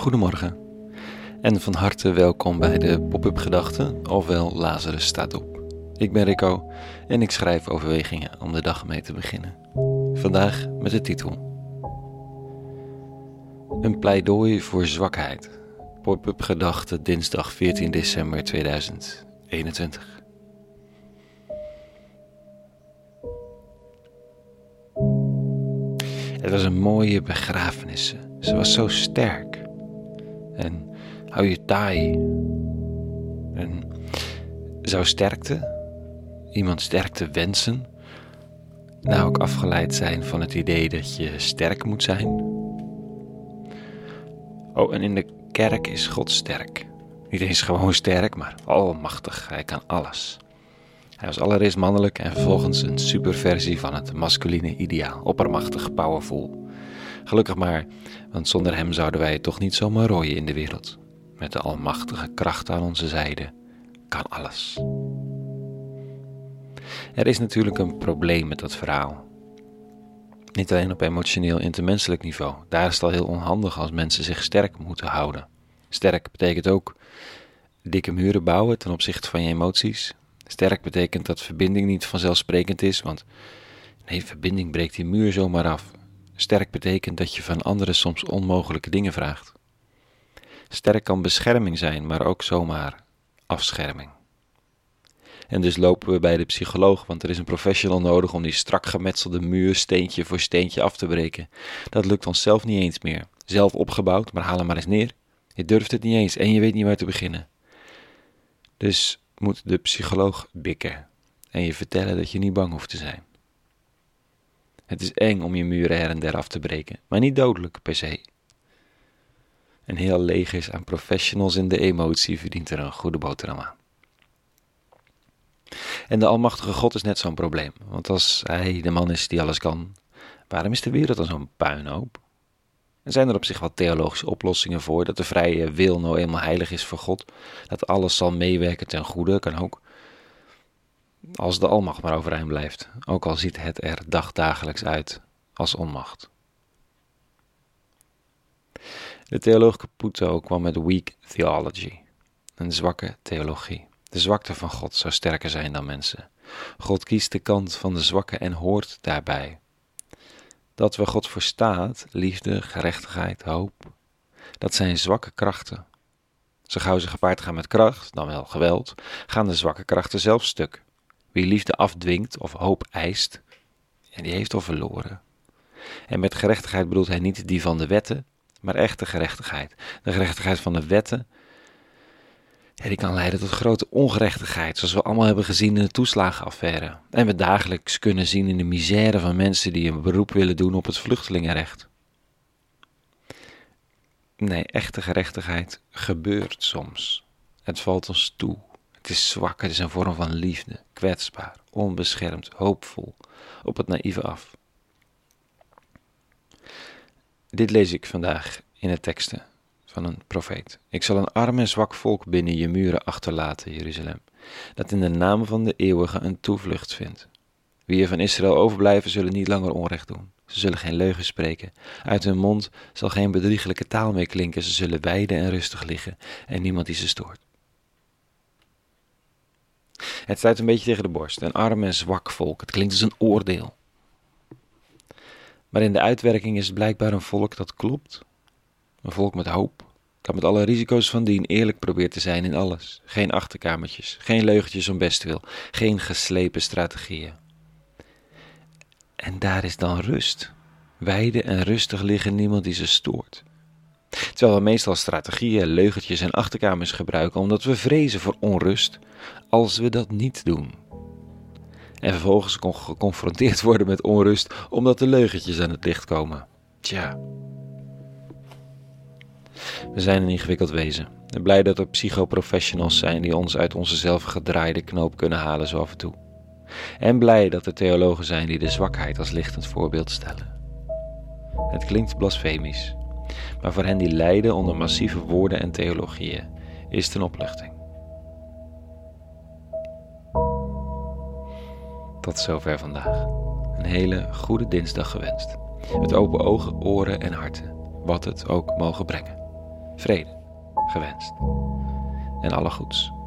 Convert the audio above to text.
Goedemorgen en van harte welkom bij de Pop-up Gedachten, ofwel Lazarus staat op. Ik ben Rico en ik schrijf overwegingen om de dag mee te beginnen. Vandaag met de titel Een pleidooi voor zwakheid. Pop-up Gedachten dinsdag 14 december 2021. Het was een mooie begrafenis. Ze was zo sterk. En hou je taai. En zou iemand sterkte wensen, nou ook afgeleid zijn van het idee dat je sterk moet zijn? Oh, en in de kerk is God sterk. Niet eens gewoon sterk, maar almachtig. Hij kan alles. Hij was allereerst mannelijk en vervolgens een superversie van het masculine ideaal. Oppermachtig, powerful. Gelukkig maar, want zonder hem zouden wij toch niet zomaar rooien in de wereld. Met de almachtige kracht aan onze zijde kan alles. Er is natuurlijk een probleem met dat verhaal. Niet alleen op emotioneel intermenselijk niveau. Daar is het al heel onhandig als mensen zich sterk moeten houden. Sterk betekent ook dikke muren bouwen ten opzichte van je emoties. Sterk betekent dat verbinding niet vanzelfsprekend is, want nee, verbinding breekt die muur zomaar af. Sterk betekent dat je van anderen soms onmogelijke dingen vraagt. Sterk kan bescherming zijn, maar ook zomaar afscherming. En dus lopen we bij de psycholoog, want er is een professional nodig om die strak gemetselde muur steentje voor steentje af te breken. Dat lukt ons zelf niet eens meer. Zelf opgebouwd, maar haal hem maar eens neer. Je durft het niet eens en je weet niet waar te beginnen. Dus moet de psycholoog bikken en je vertellen dat je niet bang hoeft te zijn. Het is eng om je muren her en der af te breken, maar niet dodelijk per se. Een heel leger aan professionals in de emotie verdient er een goede boterham aan. En de almachtige God is net zo'n probleem, want als hij de man is die alles kan, waarom is de wereld dan zo'n puinhoop? Er zijn er op zich wel theologische oplossingen voor, dat de vrije wil nou eenmaal heilig is voor God, dat alles zal meewerken ten goede, kan ook. Als de almacht maar overeind blijft, ook al ziet het er dagdagelijks uit als onmacht. De theoloog Caputo kwam met weak theology, een zwakke theologie. De zwakte van God zou sterker zijn dan mensen. God kiest de kant van de zwakke en hoort daarbij. Dat waar God voor staat, liefde, gerechtigheid, hoop, dat zijn zwakke krachten. Zo gauw ze gepaard gaan met kracht, dan wel geweld, gaan de zwakke krachten zelf stuk. Wie liefde afdwingt of hoop eist, die heeft al verloren. En met gerechtigheid bedoelt hij niet die van de wetten, maar echte gerechtigheid. De gerechtigheid van de wetten, die kan leiden tot grote ongerechtigheid, zoals we allemaal hebben gezien in de toeslagenaffaire. En we dagelijks kunnen zien in de misère van mensen die een beroep willen doen op het vluchtelingenrecht. Nee, echte gerechtigheid gebeurt soms. Het valt ons toe. Het is zwak, het is een vorm van liefde, kwetsbaar, onbeschermd, hoopvol, op het naïeve af. Dit lees ik vandaag in de teksten van een profeet. Ik zal een arm en zwak volk binnen je muren achterlaten, Jeruzalem, dat in de naam van de eeuwige een toevlucht vindt. Wie er van Israël overblijven zullen niet langer onrecht doen. Ze zullen geen leugen spreken. Uit hun mond zal geen bedriegelijke taal meer klinken. Ze zullen wijden en rustig liggen en niemand die ze stoort. Het stuit een beetje tegen de borst. Een arm en zwak volk. Het klinkt als een oordeel. Maar in de uitwerking is het blijkbaar een volk dat klopt. Een volk met hoop. Dat met alle risico's van dien eerlijk probeert te zijn in alles. Geen achterkamertjes. Geen leugentjes om bestwil. Geen geslepen strategieën. En daar is dan rust. Wijden en rustig liggen, niemand die ze stoort. Terwijl we meestal strategieën, leugentjes en achterkamers gebruiken omdat we vrezen voor onrust als we dat niet doen. En vervolgens geconfronteerd worden met onrust omdat de leugentjes aan het licht komen. Tja. We zijn een ingewikkeld wezen. Ik ben blij dat er psychoprofessionals zijn die ons uit onze zelfgedraaide knoop kunnen halen zo af en toe. En blij dat er theologen zijn die de zwakheid als lichtend voorbeeld stellen. Het klinkt blasfemisch, maar voor hen die lijden onder massieve woorden en theologieën is het een opluchting. Tot zover vandaag. Een hele goede dinsdag gewenst. Met open ogen, oren en harten, wat het ook mogen brengen. vrede gewenst. En alle goeds.